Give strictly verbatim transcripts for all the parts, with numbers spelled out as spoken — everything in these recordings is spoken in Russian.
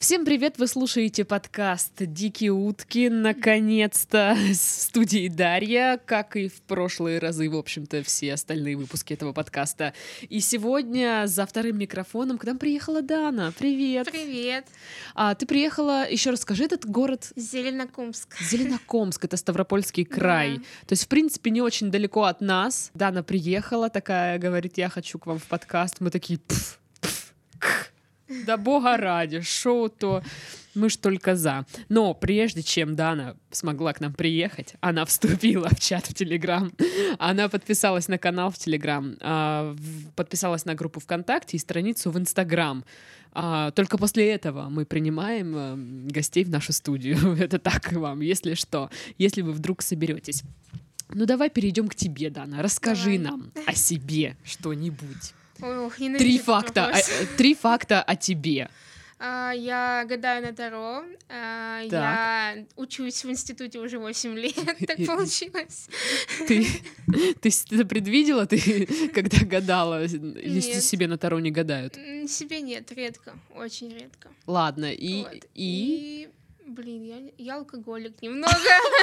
Всем привет! Вы слушаете подкаст «Дикие утки». Наконец-то в студии Дарья, как и в прошлые разы, в общем-то, все остальные выпуски этого подкаста. И сегодня за вторым микрофоном к нам приехала Дана. Привет! Привет! А, ты приехала, еще расскажи, этот город? Зеленокумск. Зеленокумск, это Ставропольский край. Да. То есть, в принципе, не очень далеко от нас. Дана приехала такая, говорит, я хочу к вам в подкаст. Мы такие... Пф, пф, кх. Да бога ради, шоу то мы ж только за. Но прежде чем Дана смогла к нам приехать, она вступила в чат в Телеграм, она подписалась на канал в Телеграм, подписалась на группу ВКонтакте и страницу в Инстаграм. Только после этого мы принимаем гостей в нашу студию. Это так вам, если что, если вы вдруг соберетесь. Ну давай перейдем к тебе, Дана. Расскажи Давай. нам о себе что-нибудь. Ох, Три факта, о, три факта о тебе. А, я гадаю на Таро. А, я учусь в институте уже восемь лет, так получилось. Ты, ты это предвидела, ты когда гадала? Или Нет. себе на Таро не гадают? М, Себе нет, редко, очень редко. Ладно, и... Вот. и... И, блин, я, я алкоголик немного.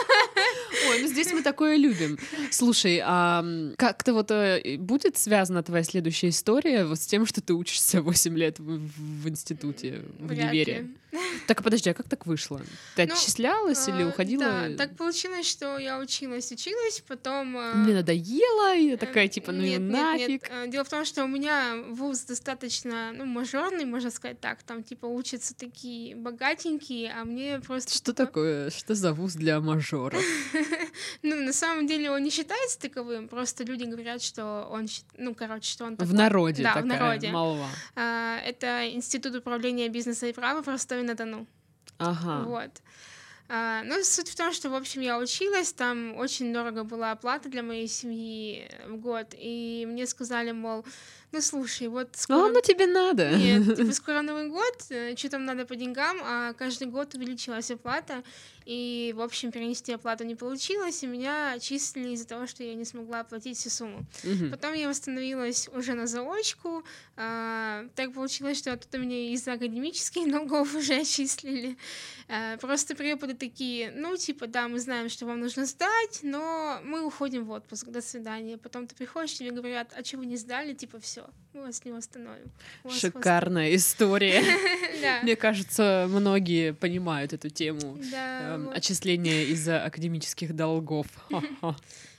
Ой, ну здесь мы такое любим. Слушай, а как-то вот э, будет связана твоя следующая история вот с тем, что ты учишься восемь лет в, в институте, в Вряд универе? ли. Так, подожди, а как так вышло? Ты Ну, отчислялась или А, уходила? Да, так получилось, что я училась, училась, потом... а, Мне надоело, и я э, такая, типа, ну и нет, нет, нафиг. нет. А, Дело в том, что у меня вуз достаточно, ну, мажорный, можно сказать так, там, типа, учатся такие богатенькие, а мне просто... Что типа, такое? Что за вуз для мажоров? Ну, на самом деле он не считается таковым, просто люди говорят, что он, щит- ну, короче, что он такой. В народе Да, в такая народе. молва. А, Это Институт управления бизнеса и права в Ростове-на-Дону. Ага. Вот. А, ну, суть в том, что, в общем, я училась, там очень дорого была оплата для моей семьи в год, и мне сказали, мол, ну, слушай, вот Ну, скоро... оно тебе надо. Нет, типа, скоро Новый год, что там надо по деньгам, а каждый год увеличилась оплата, и, в общем, перенести оплату не получилось, и меня отчислили из-за того, что я не смогла оплатить всю сумму. Мгм. Потом я восстановилась уже на заочку, а, так получилось, что оттуда меня из-за академических долгов уже отчислили. А, Просто преподы такие, ну, типа, да, мы знаем, что вам нужно сдать, но мы уходим в отпуск, до свидания. Потом ты приходишь, тебе говорят, а чего вы не сдали, типа, все, мы вас не восстановим. У вас Шикарная история. хвост- Да, Мне кажется, многие понимают эту тему да, эм, вот. отчисления из-за академических долгов. Ха-ха.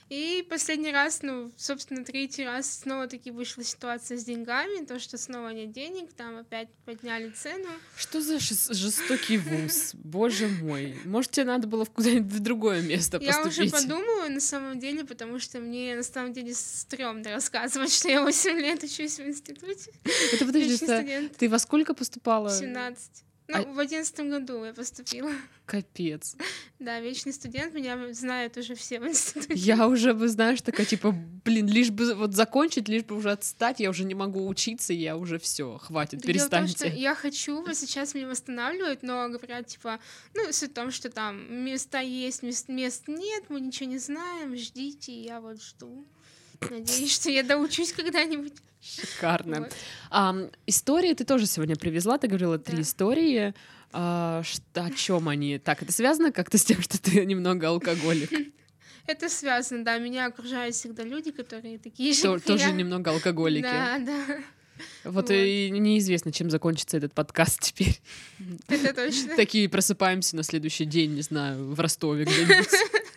И последний раз, ну, собственно, третий раз снова-таки вышла ситуация с деньгами, то, что снова нет денег, там опять подняли цену. Что за жес- жестокий вуз? Боже мой. Может, тебе надо было в куда-нибудь в другое место Я уже поступить? подумала, на самом деле, потому что мне на самом деле стрёмно рассказывать, что я восемь лет учусь в институте. Это подожди, Вечный это студент. ты во сколько поступала? семнадцать. Ну, А- в одиннадцатом году я поступила. Капец. Да, вечный студент, меня знают уже все в институте. Я уже, вы знаешь, такая, типа, блин, лишь бы вот закончить, лишь бы уже отстать, я уже не могу учиться, я уже все, хватит, Дело в том, перестаньте. что я хочу, вот сейчас меня восстанавливают, но говорят, типа, ну, суть в том, что там места есть, мест, мест нет, мы ничего не знаем, ждите, я вот жду. Надеюсь, что я доучусь когда-нибудь. Шикарно. Вот. Ам, истории ты тоже сегодня привезла, ты говорила три Да. истории. А, что, о чем они? Так, это связано как-то с тем, что ты немного алкоголик? Это связано, да, меня окружают всегда люди, которые такие же, То- как Тоже я. немного алкоголики. Да, да, Вот Вот. и неизвестно, чем закончится этот подкаст теперь. это точно. Такие просыпаемся на следующий день, не знаю, в Ростове где-нибудь.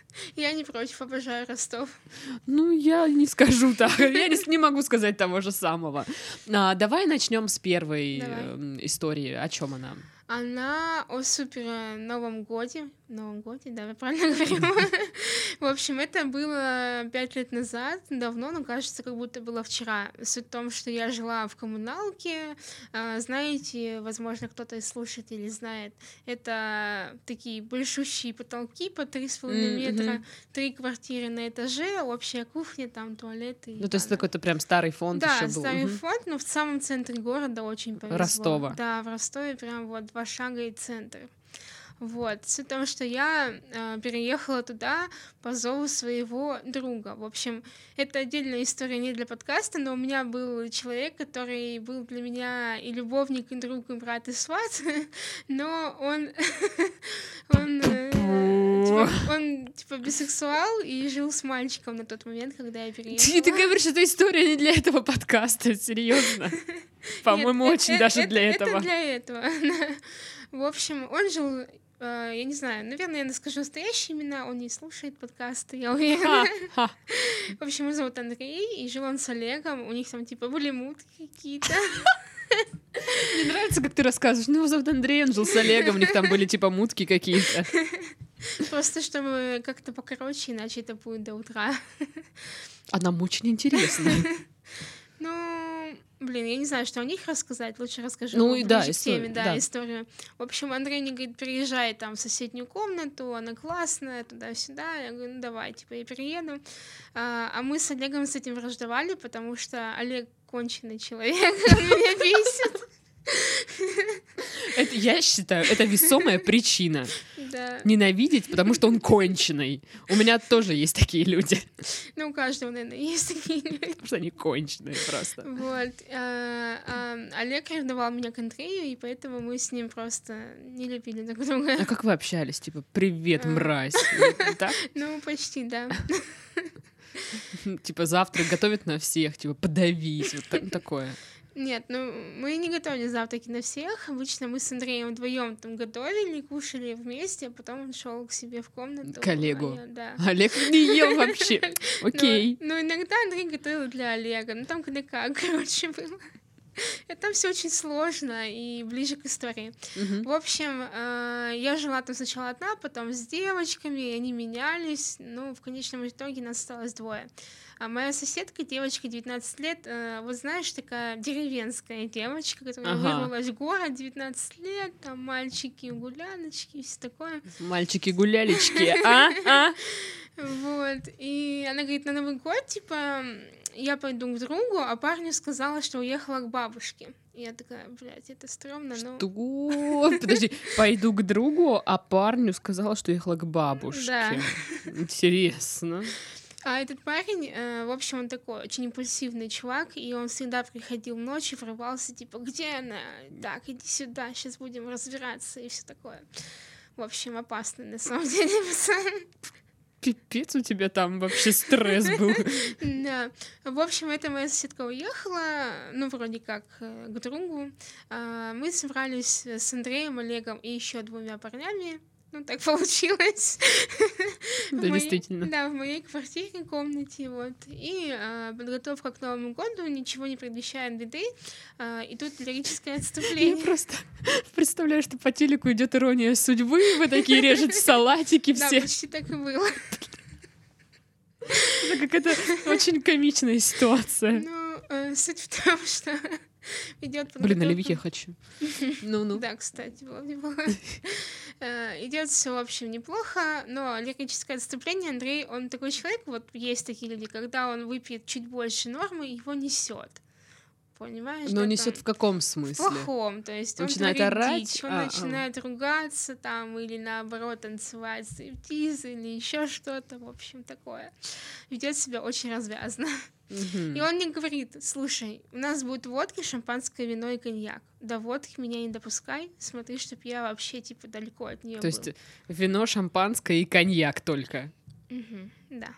Я не против, обожаю Ростов. Ну, я не скажу так. Я не, не могу сказать того же самого. А, давай начнем с первой Давай. эм, истории. О чем она? Она о супер Новом годе. Новом годе, да, я правильно говорю. В общем, это было пять лет назад, давно, но кажется, как будто было вчера. Суть в том, что я жила в коммуналке. А, Знаете, возможно, кто-то из слушателей знает, это такие большущие потолки по три с половиной М, метра, мгм. три квартиры на этаже, общая кухня, там туалет и Ну, то есть ванна. какой-то прям старый фонд Да, еще был. старый Мгм. фонд, но в самом центре города очень повезло. Ростова. Да, в Ростове прям вот два шага и центр. Вот. Суть в том, что я э, переехала туда по зову своего друга. В общем, это отдельная история не для подкаста, но у меня был человек, который был для меня и любовник, и друг, и брат, и сват, но он... он Типа, он, типа, бисексуал и жил с мальчиком на тот момент, когда я переехала. Ты, ты говоришь, что история не для этого подкаста, серьезно? По-моему, Нет, очень э- даже это, для это этого. для этого. В общем, он жил, э, я не знаю, наверное, я скажу настоящие имена, он не слушает подкасты, я уверена. Ха-ха. В общем, его зовут Андрей, и жил он с Олегом, у них там, типа, были мутки какие-то. Мне нравится, как ты рассказываешь. Ну, его зовут Андрей, он жил с Олегом, у них там были, типа, мутки какие-то. Просто чтобы как-то покороче, иначе это будет до утра. А нам очень интересно. Ну, блин, я не знаю, что о них рассказать, лучше расскажу Ну, ближе да, к историю, теме, да, да. историю. В общем, Андрей мне говорит, переезжай там в соседнюю комнату, она классная, туда-сюда. Я говорю, ну давай, типа, я перееду. А, а мы с Олегом с этим враждовали, потому что Олег конченый человек, он меня бесит. Это, я считаю, это весомая причина Да. ненавидеть, потому что он конченый. У меня тоже есть такие люди. Ну, у каждого, наверное, есть такие люди. Потому что они конченые просто. Вот. а, а, Олег ревновал меня к Андрею, и поэтому мы с ним просто не любили друг друга. А как вы общались? Типа, привет, А. мразь. Да? Ну, почти, да. Типа, завтрак готовят на всех, типа, подавись. Вот так- такое. Нет, ну мы не готовили завтраки на всех. Обычно мы с Андреем вдвоем там готовили, кушали вместе, а потом он шел к себе в комнату. К Олегу. а я- да. Олег не ел вообще. Окей. Ну, ну, иногда Андрей готовил для Олега. Ну, там когда как, короче, было. Это там все очень сложно и ближе к истории. Мгм. В общем, э, я жила там сначала одна, потом с девочками, и они менялись. Ну, в конечном итоге нас осталось двое. А моя соседка, девочка, девятнадцать лет, э, вот знаешь, такая деревенская девочка, которая Ага. вырвалась в город, девятнадцать лет, там мальчики, гуляночки, все такое. Мальчики-гулялечки, а? А? Вот. И она говорит, на Новый год, типа, я пойду к другу, а парню сказала, что уехала к бабушке. И я такая, блядь, это стрёмно, но... Что? Подожди, пойду к другу, а парню сказала, что ехала к бабушке. Да. Интересно. А этот парень, э, в общем, он такой очень импульсивный чувак, и он всегда приходил ночью, врывался, типа, где она? Так, иди сюда, сейчас будем разбираться, и все такое. В общем, опасный, на самом деле, пацан. Пипец, у тебя там вообще стресс был. Да. В общем, эта моя соседка уехала, ну, вроде как, э, к другу. А, Мы собрались с Андреем, Олегом и еще двумя парнями. Ну, так получилось. Да, В моей- действительно. Да, в моей квартире, комнате, вот. И а, подготовка к Новому году, ничего не предвещает беды. А, и тут лирическое Я отступление. просто представляю, что по телеку идет ирония судьбы, вы такие режете салатики Да, все. почти так и было. Это какая-то очень комичная ситуация. Ну, э, суть в том, что идет Блин, подготовка. наливить я хочу. Ну-ну. Да, кстати, было неплохо. Идет все, в общем, неплохо, но лирическое отступление, Андрей, он такой человек, вот есть такие люди, когда он выпьет чуть больше нормы, его несет. Понимаешь? Но да, несет там в каком в смысле? плохом, то есть Он он, начинает творит орать? дичь, он А, а. начинает ругаться там, или наоборот танцевать стриптиз, или еще что-то, в общем, такое. Ведет себя очень развязно. Мгм. И он мне говорит, слушай, у нас будет водка, шампанское, вино и коньяк. До водки меня не допускай, смотри, чтоб я вообще, типа, далеко от нее То есть вино, шампанское и коньяк только. Да.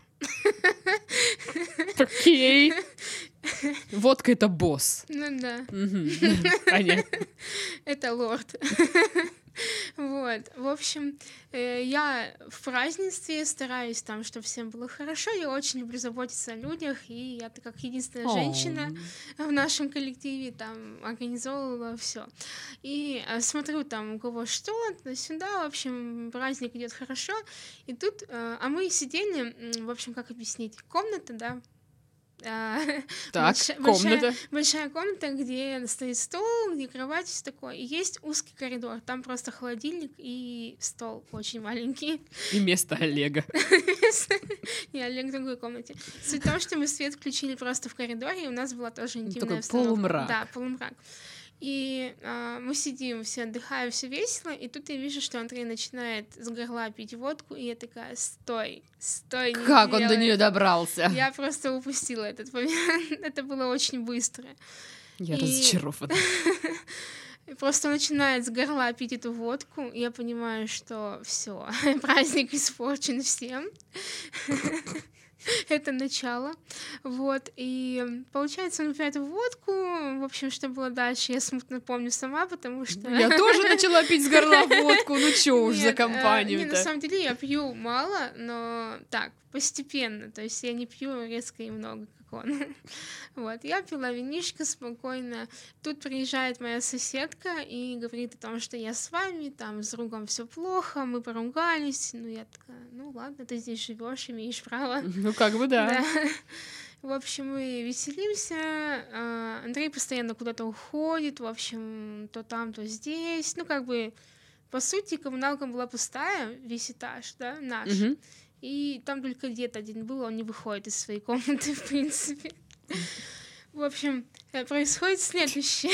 Окей. Водка — это босс. Ну да. Мгм. Понятно. Это лорд. Вот, в общем, э, я в празднестве стараюсь там, чтобы всем было хорошо. Я очень люблю заботиться о людях, и я так как единственная женщина в нашем коллективе там организовывала все. И э, смотрю там у кого что, туда-сюда, в общем, праздник идет хорошо. И тут, э, а мы сидели, м, в общем, как объяснить, комната, да, а, Так, Больша- комната. Большая, большая комната, где стоит стол, где кровать, все такое. И есть узкий коридор. Там просто холодильник и стол очень маленький. И место Олега. Не, Олег в другой комнате. Суть в том, что мы свет включили просто в коридоре, и у нас была тоже интимная такой обстановка. полумрак. Да, полумрак. И а, мы сидим, все отдыхаем, все весело, и тут я вижу, что Андрей начинает с горла пить водку, и я такая: стой, стой, не Как он делай. до нее добрался? Я просто упустила этот момент. Это было очень быстро. Я И- разочарована. И Просто начинает с горла пить эту водку, и я понимаю, что все, праздник испорчен всем. Это начало. Вот. И получается, он пьет водку. В общем, что было дальше, я смутно помню сама, потому что... Я тоже начала пить с горла водку. Ну чё уж за Нет, э, Не, на компанию-то. самом деле я пью мало, но так, постепенно. То есть я не пью резко и много, как он. Вот, я пила винишко спокойно. Тут приезжает моя соседка и говорит о том, что я с вами, там с другом все плохо, мы поругались. Ну, я такая: ну ладно, ты здесь живешь, имеешь право. Ну как бы да. Да. В общем, мы веселимся. а, Андрей постоянно куда-то уходит, в общем, то там, то здесь. Ну, как бы, по сути, коммуналка была пустая, весь этаж, да, наш. Мгм. И там только дед один был, он не выходит из своей комнаты, в принципе. В общем, э, происходит следующее.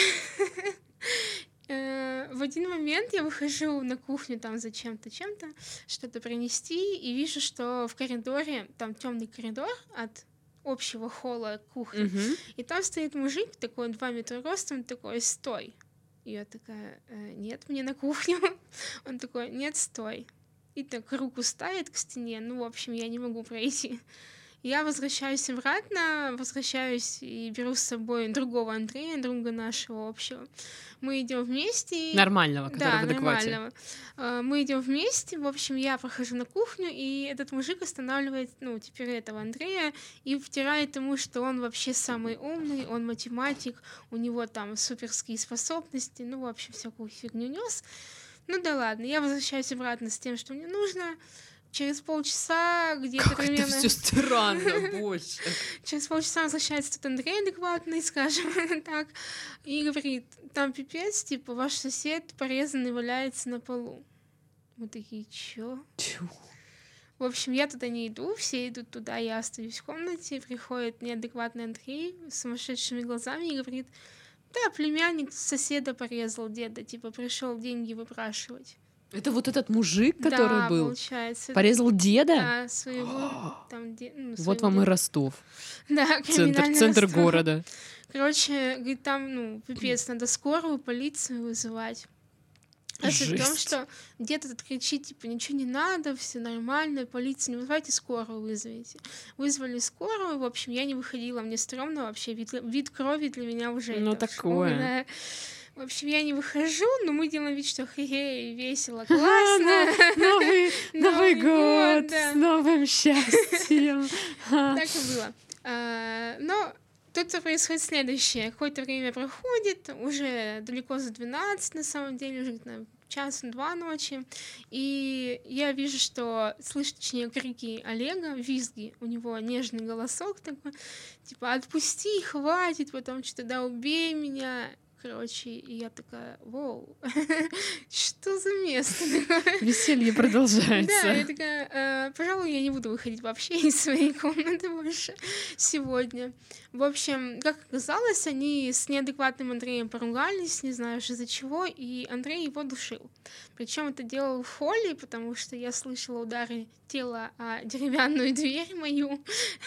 Э, В один момент я выхожу на кухню там за чем-то, чем-то, что-то принести, и вижу, что в коридоре, там темный коридор от общего холла к кухне, Мгм. и там стоит мужик такой, два метра ростом, такой: стой. И я такая: «Э, нет, мне на кухню. Он такой: нет, стой. И так руку ставит к стене, ну, в общем, я не могу пройти. Я возвращаюсь обратно, возвращаюсь и беру с собой другого Андрея, друга нашего общего. Мы идем вместе. и- Нормального, который Да, в адеквате. нормального. А, Мы идем вместе, в общем, я прохожу на кухню, и этот мужик останавливает, ну, теперь этого Андрея, и втирает ему, что он вообще самый умный, он математик, у него там суперские способности, ну, в общем, всякую фигню нес. Ну да ладно, я возвращаюсь обратно с тем, что мне нужно. Через полчаса где-то Как это примерно... все странно, боже. Через полчаса возвращается тут Андрей адекватный, скажем так, и говорит: там пипец, типа, ваш сосед порезанный валяется на полу. Мы такие: чё? Тьфу. В общем, я туда не иду, все идут туда, я остаюсь в комнате, приходит неадекватный Андрей с сумасшедшими глазами и говорит: да, племянник соседа порезал деда, типа, пришел деньги выпрашивать. Это вот этот мужик, который Да, был, получается. порезал деда? Да, своего, там, де- ну, Вот своего вам и деда. Ростов, Да, центр, криминальный центр Ростов. города. Короче, говорит, там, ну, пипец, надо скорую, полицию вызывать. А суть в том, Жесть. что дед этот кричит, типа, ничего не надо, все нормально, полицию не вызывайте, скорую вызовите. Вызвали скорую, в общем, я не выходила, мне стрёмно вообще, вид, вид крови для меня уже... Ну, это такое. шоу, да. В общем, я не выхожу, но мы делаем вид, что хе-хе, весело, классно. Новый, Новый год да. с новым счастьем. Так и было. А, Но тут происходит следующее. Какое-то время проходит, уже далеко за двенадцать, на самом деле, уже где-то час-два ночи, и я вижу, что, слышу, точнее, крики Олега, визги, у него нежный голосок такой, типа: отпусти, хватит, потом что-то: да убей меня. Короче, и я такая: воу, что за место такое? Веселье Да, продолжается. я такая: «Э, пожалуй, я не буду выходить вообще из своей комнаты больше сегодня. В общем, как оказалось, они с неадекватным Андреем поругались, не знаю уж из-за чего, и Андрей его душил. Причем это делал в холле, потому что я слышала удары тела о деревянную дверь мою.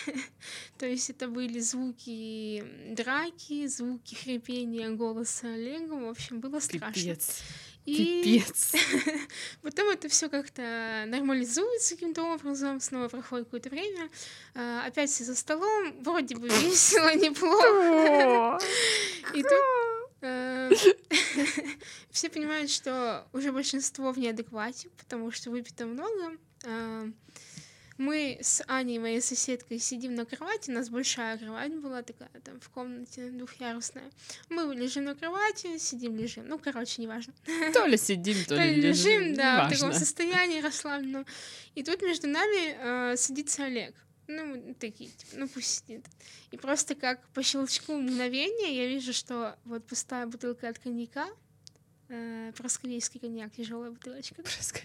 То есть это были звуки драки, звуки хрипения голоса Олега. В общем, было страшно. Пипец. И Пипец. потом это все как-то нормализуется каким-то образом, снова проходит какое-то время, а, опять все за столом, вроде бы весело, неплохо. И тут э, все понимают, что уже большинство в неадеквате, потому что выпито много. А, Мы с Аней, моей соседкой, сидим на кровати, у нас большая кровать была такая там в комнате двухъярусная. Мы лежим на кровати, сидим, лежим, ну, короче, неважно. То ли сидим, то То ли ли лежим, да, в неважно. таком состоянии расслабленном. И тут между нами э, садится Олег. Ну, такие, типа, ну пусть сидит. И просто как по щелчку мгновения я вижу, что вот пустая бутылка от коньяка, э, просквейский коньяк, тяжелая бутылочка. Просто.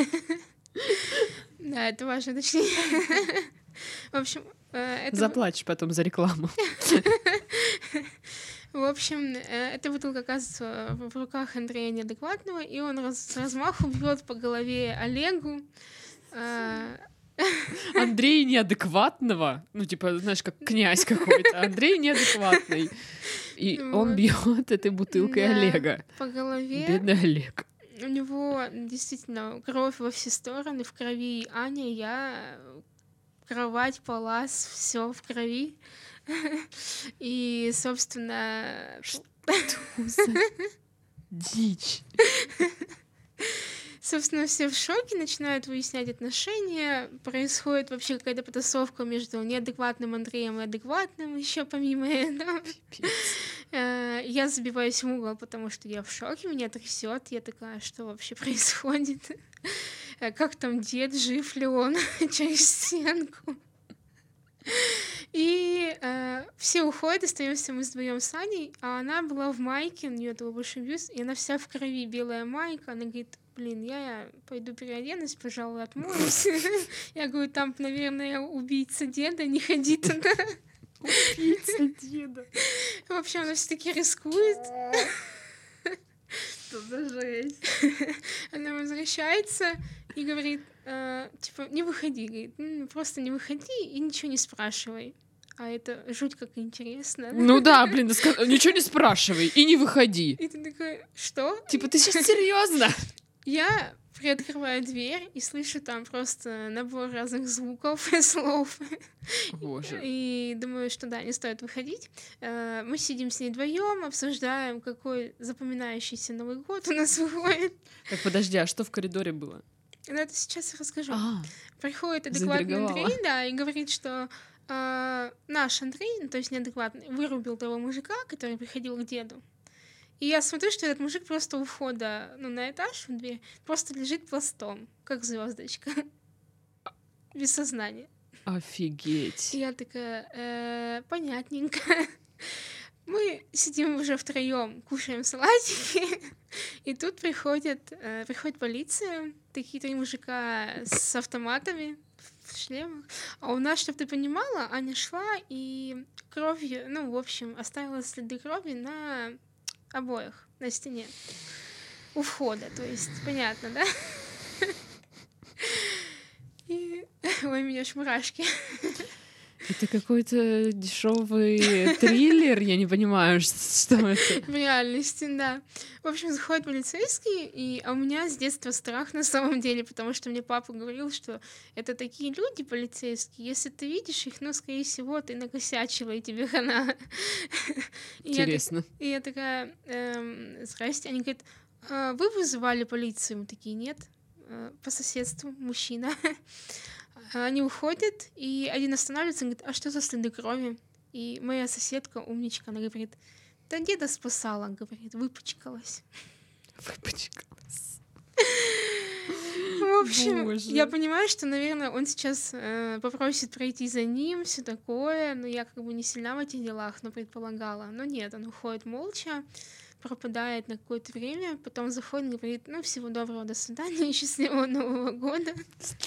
Да, это важно уточнение. В общем, э, это... Заплачешь потом за рекламу. В общем, э, эта бутылка оказывается в руках Андрея Неадекватного, и он раз, с размаху бьет по голове Олегу. Э, Андрей Неадекватного, ну, типа, знаешь, как князь какой-то, Андрей Неадекватный. И Вот. он бьет этой бутылкой Да, Олега. по голове. Бедный Олег. У него действительно кровь во все стороны, в крови Аня, я, кровать, палас, все в крови. И, собственно... Что за дичь? Собственно, все в шоке, начинают выяснять отношения, происходит вообще какая-то потасовка между неадекватным Андреем и адекватным, еще помимо этого. Э, Я забиваюсь в угол, потому что я в шоке, меня трясет, я такая, что вообще происходит? Э, Как там дед, жив ли он через стенку? И э, все уходят, остаемся мы вдвоем с Аней, а она была в майке, у нее был большой бюст, и она вся в крови, белая майка, она говорит, блин, я пойду переоденусь, пожалуй, отмоюсь. Я говорю, там, наверное, убийца деда, не ходи туда. Убийца деда. В общем, она все-таки рискует. Что за жесть? Она возвращается и говорит, э, типа, не выходи, говорит, «М, просто не выходи и ничего не спрашивай. А это жуть как интересно. Ну да, блин, да ска- ничего не спрашивай и не выходи. И ты такой, что? Типа, ты сейчас серьезно? Я приоткрываю дверь и слышу там просто набор разных звуков и слов. Боже. И думаю, что да, не стоит выходить. Э, Мы сидим с ней вдвоем, обсуждаем, какой запоминающийся Новый год у нас выходит. Так, подожди, а что в коридоре было? Но это сейчас я расскажу. А, Приходит адекватный заинтриговала. Андрей, да, и говорит, что э, наш Андрей, ну, то есть неадекватный, вырубил того мужика, который приходил к деду. И я смотрю, что этот мужик просто у входа, ну, на этаж, в дверь, просто лежит пластом, как звездочка, без сознания. офигеть. И я такая, «Э, понятненько. Мы сидим уже втроем, кушаем салатики, и тут приходит, э, приходит полиция, такие три мужика с автоматами в шлемах. А у нас, чтобы ты понимала, Аня шла и кровью, ну, в общем, оставила следы крови на обоях, на стене. У входа, то есть, понятно, да? И... Ой, у меня аж мурашки. Это какой-то дешевый триллер, я не понимаю, ш- что это. В реальности, да. В общем, заходит полицейский, и... а у меня с детства страх на самом деле, потому что мне папа говорил, что это такие люди полицейские, если ты видишь их, ну, скорее всего, ты накосячила, и тебе хана. И я так- Интересно. И я такая, эм, здрасте. Они говорят, «А вы вызывали полицию? Мы такие, нет. «Э, По соседству мужчина. Они уходят, и один останавливается и говорит, а что за следы крови? И моя соседка, умничка, она говорит, да деда спасала, говорит, выпачкалась. Выпачкалась. В общем, Боже. я понимаю, что, наверное, он сейчас э, попросит пройти за ним, все такое, но я как бы не сильна в этих делах, но предполагала. Но нет, он уходит молча, пропадает на какое-то время, потом заходит и говорит, ну, всего доброго, до свидания, счастливого Нового года.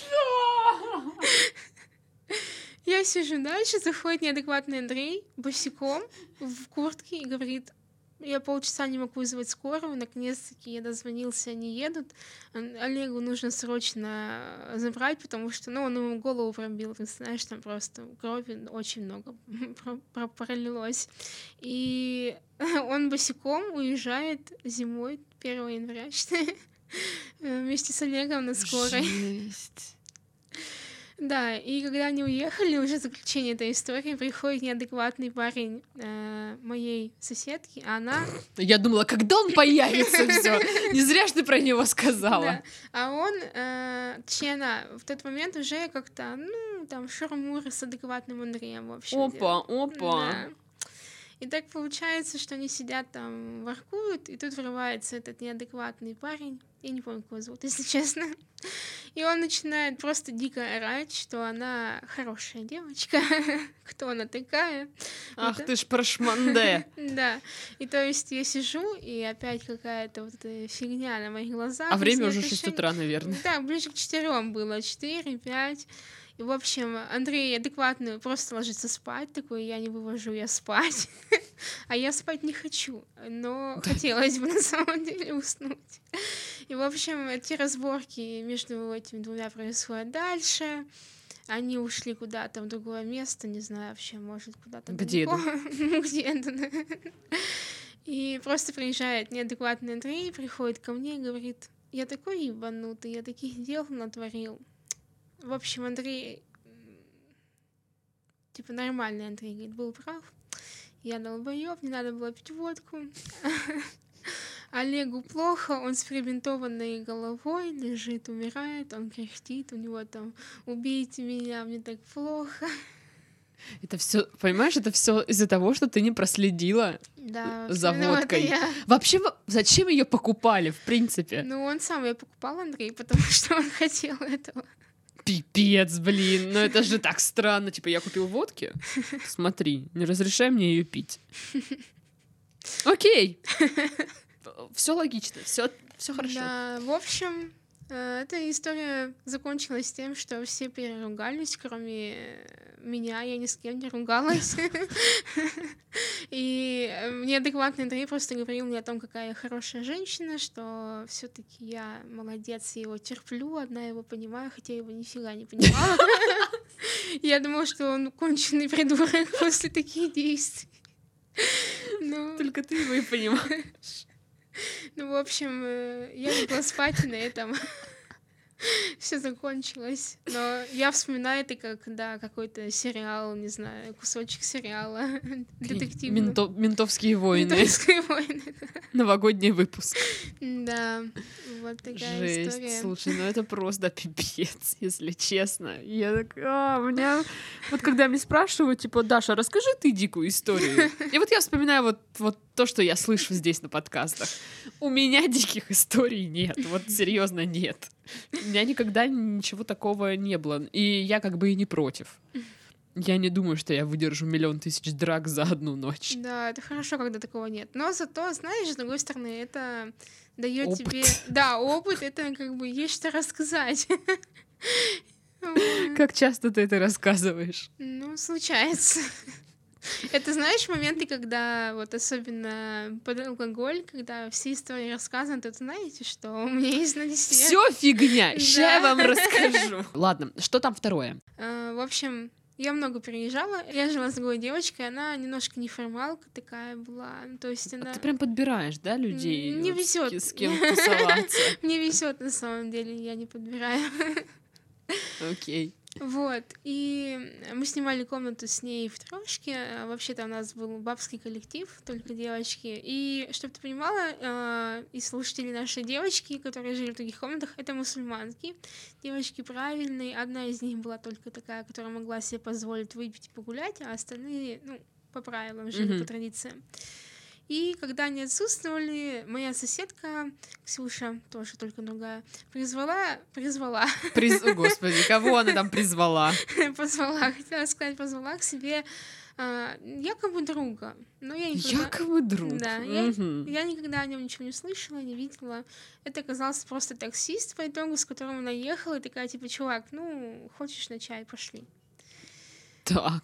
Я сижу дальше, заходит неадекватный Андрей босиком в куртке и говорит, я полчаса не могу вызвать скорую, наконец-таки я дозвонился, они едут. Ан- Олегу нужно срочно забрать, потому что, ну, он ему голову пробил, ты знаешь, там просто крови очень много про- про- пролилось. И он босиком уезжает зимой, первого января, считай, вместе с Олегом на скорой. Жесть. Да, и когда они уехали, уже заключение этой истории, приходит неадекватный парень э, моей соседки, а она... Я думала, когда он появится, все. Не зря ж ты про него сказала. Да, а он, э, точнее, она в тот момент уже как-то, ну, там, шурмур с адекватным Андреем, в общем. Опа, опа. Да. И так получается, что они сидят там, воркуют, и тут врывается этот неадекватный парень. Я не помню, как его зовут, если честно. И он начинает просто дико орать, что она хорошая девочка, кто она такая. Ах Вот, ты ж прошманде. Да. И то есть я сижу, и опять какая-то вот эта фигня на моих глазах. А время выясняю уже шесть отношения. утра, наверное. Да, ближе к четырем было, четыре, пять. И, в общем, Андрей адекватно просто ложится спать, такой, я не вывожу, я спать. А я спать не хочу, но хотелось бы на самом деле уснуть. И, в общем, эти разборки между этими двумя происходят дальше. Они ушли куда-то в другое место, не знаю вообще, может, куда-то К деду. Ну, к деду, да. И просто приезжает неадекватный Андрей, приходит ко мне и говорит, я такой ебанутый, я таких дел натворил. В общем, Андрей, типа нормальный Андрей, говорит, был прав. Я долбоёб, не надо было пить водку. Олегу плохо, он с перебинтованной головой лежит, умирает, он кряхтит, у него там «убейте меня, мне так плохо». Это все, понимаешь, это все из-за того, что ты не проследила Да, за водкой. Я. Вообще, зачем ее покупали, в принципе? Ну, он сам ее покупал, Андрей, потому что он хотел этого. Пипец, блин, ну это же так странно. Типа, я купил водки, смотри, не разрешай мне ее пить. Окей. Все логично, все, все хорошо. Да, в общем, эта история закончилась тем, что все переругались, кроме меня, я ни с кем не ругалась. И неадекватный Андрей просто говорил мне о том, какая я хорошая женщина, что все-таки я молодец, я его терплю, одна его понимаю, хотя я его нифига не понимала. Я думала, что он конченый придурок после таких действий. Только ты его и понимаешь. Ну, в общем, я легла спать, и на этом все закончилось. Но я вспоминаю это как, да, какой-то сериал, не знаю, кусочек сериала детективный. Менто- ментовские войны. Ментовские войны, да. Новогодний выпуск. Да, вот такая Жесть, история. слушай, ну это просто пипец, если честно. Я так, а, у меня... Вот когда меня спрашивают, типа, Даша, расскажи ты дикую историю. И вот я вспоминаю вот, вот то, что я слышу здесь на подкастах. У меня диких историй нет, вот серьезно нет. У меня никогда ничего такого не было. И я как бы и не против. Я не думаю, что я выдержу миллион тысяч драк за одну ночь. Да, это хорошо, когда такого нет. Но зато, знаешь, с другой стороны, это дает Опыт. тебе... Да, опыт, это как бы есть что рассказать. Как часто ты это рассказываешь? Ну, случается. Это, знаешь, моменты, когда вот особенно под алкоголь, когда все истории рассказаны, то знаете, что у меня есть на десерт. Все фигня, Да. ща я вам расскажу. Ладно, что там второе? А, В общем, я много переезжала. Я жила с другой девочкой, она немножко неформалка такая была. Ну, то есть она... Ты прям подбираешь, да, людей? Не вот с везёт. ки- С кем тусоваться. Мне везет на самом деле, я не подбираю. Окей. Вот, и мы снимали комнату с ней в трошке. а Вообще-то у нас был бабский коллектив, только девочки. И, чтобы ты понимала, э, и слушатели нашей девочки, которые жили в других комнатах, это мусульманки. Девочки правильные. Одна из них была только такая, которая могла себе позволить выпить и погулять, а остальные, ну, по правилам жили, Мгм. по традициям. И когда они отсутствовали, моя соседка, Ксюша, тоже только другая, призвала, призвала, Приз... О, господи, кого она там призвала? позвала, хотела сказать, позвала к себе а, якобы друга. Но я никогда... Якобы друг. Да, я, Мгм. я никогда о нем ничего не слышала, не видела. Это оказался просто таксист по итогу, с которым она ехала, и такая, типа, чувак, ну, хочешь на чай, пошли. Так.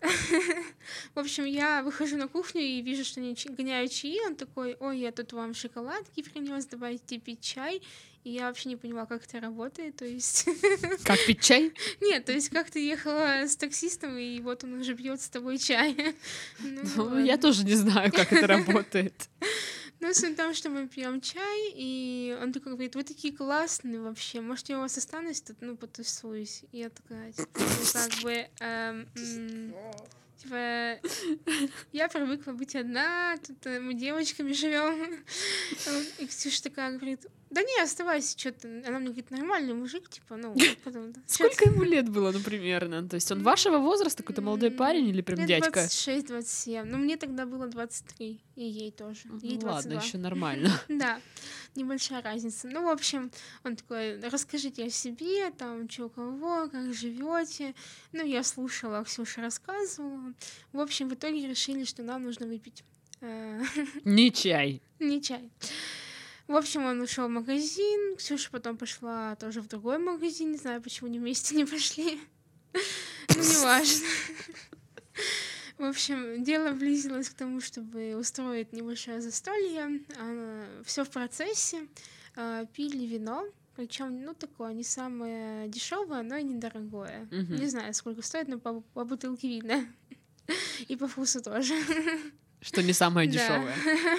В общем, я выхожу на кухню и вижу, что они чи- гоняют чаи. Он такой, ой, я тут вам шоколадки принес, давайте пить чай. И я вообще не поняла, как это работает. То есть... Как пить чай? Нет, то есть как ты ехала с таксистом, и вот он уже пьет с тобой чай. Ну, Ну, я ладно. тоже не знаю, как это работает. Ну, суть в том, что мы пьем чай, и он такой говорит, вы такие классные вообще, может, я у вас останусь тут, ну, потусуюсь. И я такая, типа, ну, как бы, эм, м, типа, я привыкла быть одна, тут э, мы девочками живем. И Ксюша такая говорит, да не, оставайся, что ты. Она мне говорит, нормальный мужик, типа, ну, потом, да. Чё Сколько ему лет было, ну, примерно? То есть он вашего возраста, какой-то молодой парень или прям Лет дядька? двадцать шесть двадцать семь. Ну, мне тогда было двадцать три, и ей тоже. Ей Ну, двадцать ладно, два. еще нормально. Да, небольшая разница. Ну, в общем, он такой, расскажите о себе, там, что, кого, как живете. Ну, я слушала, Ксюша рассказывала. В общем, в итоге решили, что нам нужно выпить э, Не чай. не чай. В общем, он ушел в магазин, Ксюша потом пошла тоже в другой магазин, не знаю, почему они вместе не пошли. Ну, неважно. В общем, дело близилось к тому, чтобы устроить небольшое застолье. Все в процессе. Пили вино. Причем, ну, такое, не самое дешевое, но и недорогое. Мгм. Не знаю, сколько стоит, но по, по бутылке видно. И по вкусу тоже. Что не самое Да. дешевое.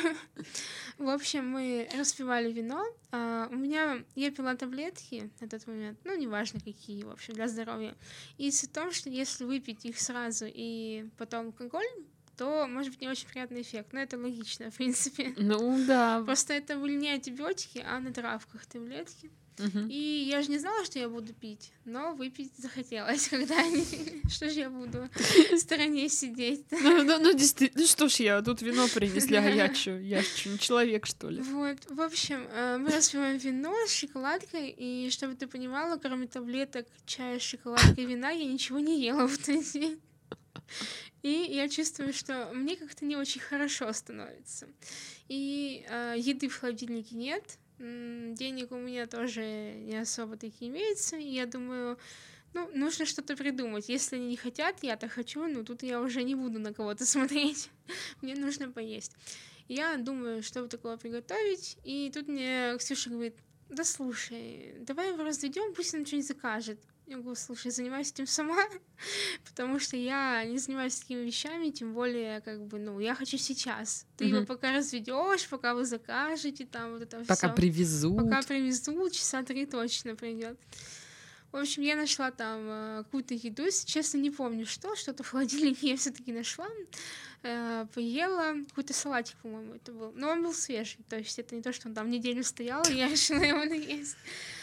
В общем, мы распивали вино. А, у меня я пила таблетки на тот момент, ну, неважно какие, в общем, для здоровья. И суть в том, что если выпить их сразу и потом алкоголь, то может быть не очень приятный эффект. Но это логично, в принципе. Ну да. Просто это были не антибиотики, а на травках таблетки. Мгм. И я же не знала, что я буду пить, но выпить захотелось когда-нибудь. Что ж я буду в стороне сидеть? Ну, ну, ну, действительно, ну что ж я, тут вино принесли, а я чё? Я ж чё, не человек, что ли? Вот, в общем, э, мы распиваем вино с шоколадкой, и чтобы ты понимала, кроме таблеток, чая, шоколадки и вина, я ничего не ела в тот день. И я чувствую, что мне как-то не очень хорошо становится. И э, еды в холодильнике нет, м, денег у меня тоже не особо таки имеется, и я думаю, ну, нужно что-то придумать. Если они не хотят, я-то хочу, но тут я уже не буду на кого-то смотреть. Мне нужно поесть. Я думаю, что бы такого приготовить, и тут мне Ксюша говорит: да слушай, давай его разведем, пусть он что-нибудь закажет. Я говорю: слушай, занимаюсь этим сама, потому что я не занимаюсь такими вещами, тем более, как бы, ну, я хочу сейчас. Ты Мгм. его пока разведешь, пока вы закажете, там вот это Пока все. привезут. Пока привезут, часа три точно придет. В общем, я нашла там э, какую-то еду, если честно, не помню что, что-то в холодильнике я все-таки нашла, э, поела, какой-то салатик, по-моему, это был, но он был свежий, то есть это не то, что он там неделю стоял, и я решила его наесть.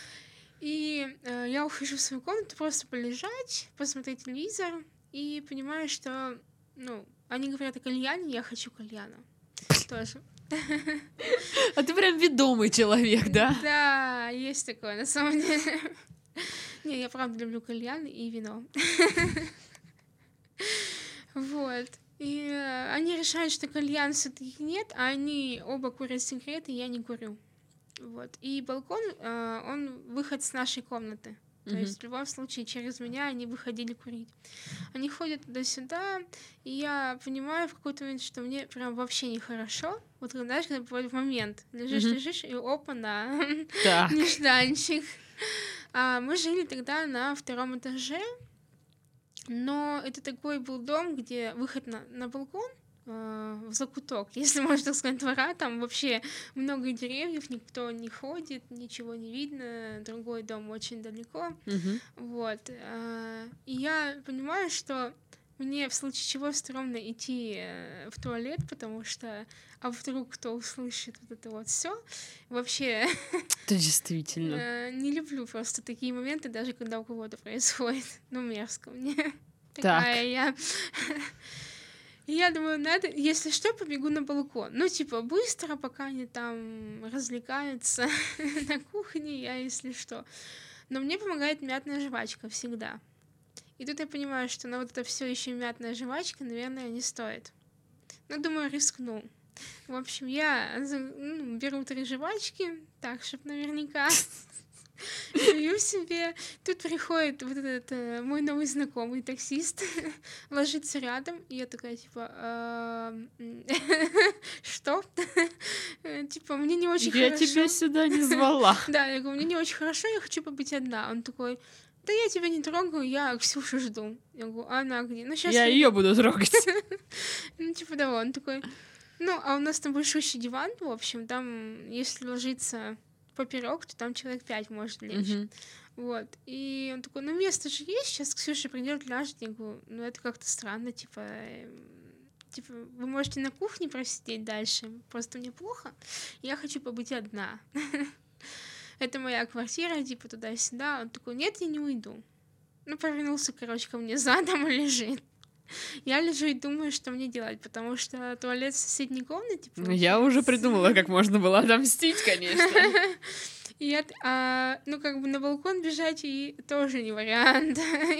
И э, я ухожу в свою комнату просто полежать, посмотреть телевизор, и понимаю, что, ну, они говорят о кальяне, я хочу кальяна тоже. А ты прям ведомый человек, да? Да, есть такое, на самом деле. Не, я правда люблю кальян и вино. Вот. И э, они решают, что кальян все-таки нет, а они оба курят сигареты, я не курю. Вот. И балкон, э, он выход с нашей комнаты. То Мгм. есть в любом случае через меня они выходили курить. Они ходят туда-сюда, и я понимаю в какой-то момент, что мне прям вообще нехорошо. Вот когда, знаешь, когда бывает момент, лежишь, Мгм. лежишь, и опа-на, Так. нежданчик. А, мы жили тогда на втором этаже, но это такой был дом, где выход на, на балкон, э, в закуток, если можно так сказать, двора, там вообще много деревьев, никто не ходит, ничего не видно, другой дом очень далеко, Мгм. вот. э, И я понимаю, что мне в случае чего стремно идти э, в туалет, потому что, а вдруг кто услышит вот это вот все. Вообще Это действительно. э, не люблю просто такие моменты, даже когда у кого-то происходит. Ну, мерзко мне. Так. Такая я. И я думаю, надо, если что, побегу на балкон. Ну, типа, быстро, пока они там развлекаются на кухне, я, если что. Но мне помогает мятная жвачка всегда. И тут я понимаю, что на вот это все еще мятная жвачка, наверное, не стоит. Ну, думаю, рискну. В общем, я за- ну, беру три жвачки, так, чтобы наверняка. Жую себе. Тут приходит вот этот э, мой новый знакомый таксист, ложится рядом, и я такая, типа, «А, м, что? Э, Типа, мне не очень Я хорошо. тебя сюда не звала. Да, я говорю, мне не очень хорошо, я хочу побыть одна. Он такой: да я тебя не трогаю, я Ксюшу жду. Я говорю: а она где? Ну, сейчас Я ее буду трогать. Ну, типа, да, он такой: ну, а у нас там большущий диван, в общем, там, если ложиться поперек, то там человек пять может лечь. Мгм. Вот. И он такой: ну, место же есть, сейчас Ксюша придет, ляжет. Я говорю: ну, это как-то странно, типа, эм, типа, вы можете на кухне просидеть дальше, просто мне плохо, я хочу побыть одна. Это моя квартира, типа, туда-сюда. Он такой: нет, я не уйду. Ну, повернулся, короче, ко мне задом и лежит. Я лежу и думаю, что мне делать, потому что туалет в соседней комнате. Ну, я уже придумала, как можно было отомстить, конечно. И я, т- а, ну, как бы на балкон бежать и тоже не вариант.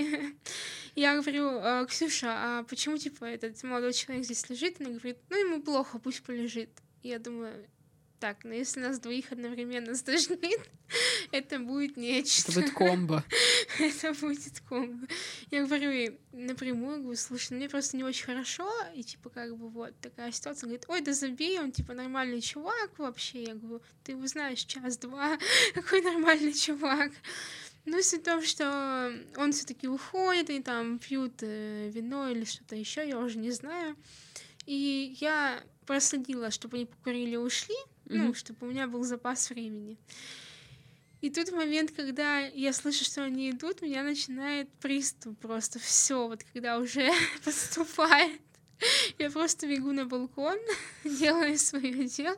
Я говорю: «А, Ксюша, а почему, типа, этот молодой человек здесь лежит? Она говорит: ну, ему плохо, пусть полежит. И я думаю, так, но если нас двоих одновременно стошнит, это будет нечто. Это будет комбо. Это будет комбо. Я говорю ей напрямую, говорю, слушай, ну мне просто не очень хорошо, и типа как бы вот такая ситуация. Говорит, ой, да забей, он типа нормальный чувак вообще. Я говорю, ты его знаешь час-два, какой нормальный чувак. Ну, суть в том, что он все-таки уходит, и там пьют э, вино или что-то еще, я уже не знаю. И я проследила, чтобы они покурили и ушли, mm-hmm. ну, чтобы у меня был запас времени. И тут момент, когда я слышу, что они идут, меня начинает приступ просто все, вот когда уже подступает. Я просто бегу на балкон, делаю свое дело.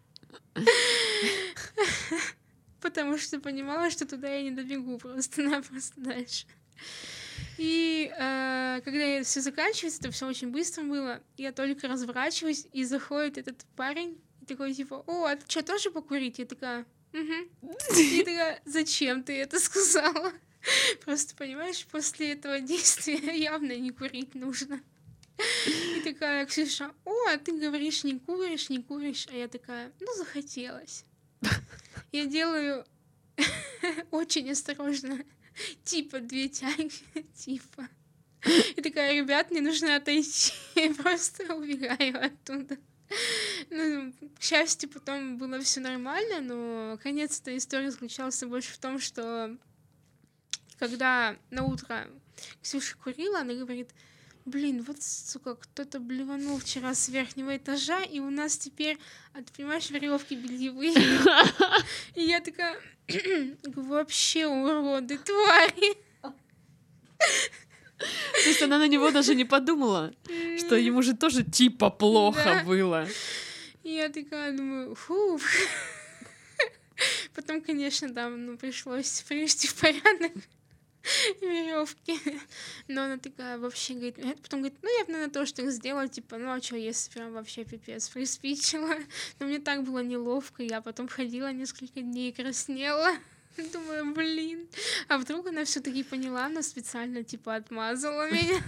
Потому что понимала, что туда я не добегу просто-напросто дальше. И э, когда все заканчивается, это все очень быстро было, я только разворачиваюсь, и заходит этот парень, и такой типа, о, а ты что, тоже покурить? Я такая, угу. И такая, зачем ты это сказала? Просто, понимаешь, после этого действия явно не курить нужно. И такая, Ксюша, о, а ты говоришь, не куришь, не куришь. А я такая, ну, захотелось. Я делаю очень осторожно, типа две тяги, типа. И такая, ребят, мне нужно отойти. Я просто убегаю оттуда. Ну, к счастью, потом было все нормально, но конец этой истории заключался больше в том, что когда на утро Ксюша курила, она говорит, блин, вот, сука, кто-то блеванул вчера с верхнего этажа, и у нас теперь, а ты понимаешь, веревки бельевые. И я такая, вообще уроды, твари. То есть она на него даже не подумала, что ему же тоже типа плохо да. было. И я такая думаю, фу. Потом, конечно, там ну, пришлось привести в порядок веревки. Но она такая вообще говорит, потом говорит, ну я бы, наверное, тоже так сделала, типа, ну а что, если прям вообще пипец приспичила. Но мне так было неловко, я потом ходила несколько дней и краснела. Думаю, блин, а вдруг она все-таки поняла, она специально, типа, отмазала меня.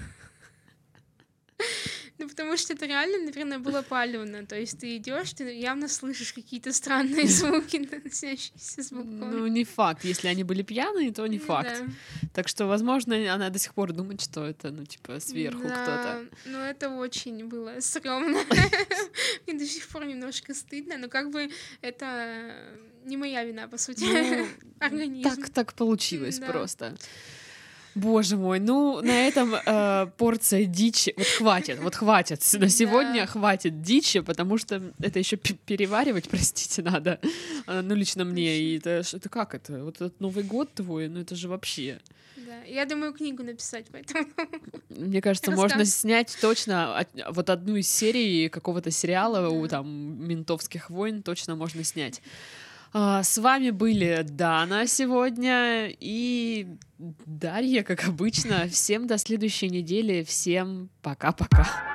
Ну, потому что это реально, наверное, было палевно. То есть ты идешь, ты явно слышишь какие-то странные звуки, доносящиеся с балкона. Ну, не факт. Если они были пьяные, то не факт. Да. Так что, возможно, она до сих пор думает, что это, ну, типа, сверху да, кто-то. Ну, это очень было стрёмно. Мне до сих пор немножко стыдно, но как бы это не моя вина, по сути. Ну, организм. Так, так получилось да. просто. Боже мой, ну на этом э, порция дичи, вот хватит, вот хватит, на сегодня да. хватит дичи, потому что это еще переваривать, простите, надо, ну лично мне, и это, это как это, вот этот Новый год твой, ну это же вообще. Да, я думаю книгу написать, поэтому. Мне кажется, Рассказ. Можно снять точно вот одну из серий какого-то сериала да. у там ментовских войн точно можно снять. С вами были Дана сегодня и Дарья, как обычно. Всем до следующей недели. Всем пока-пока.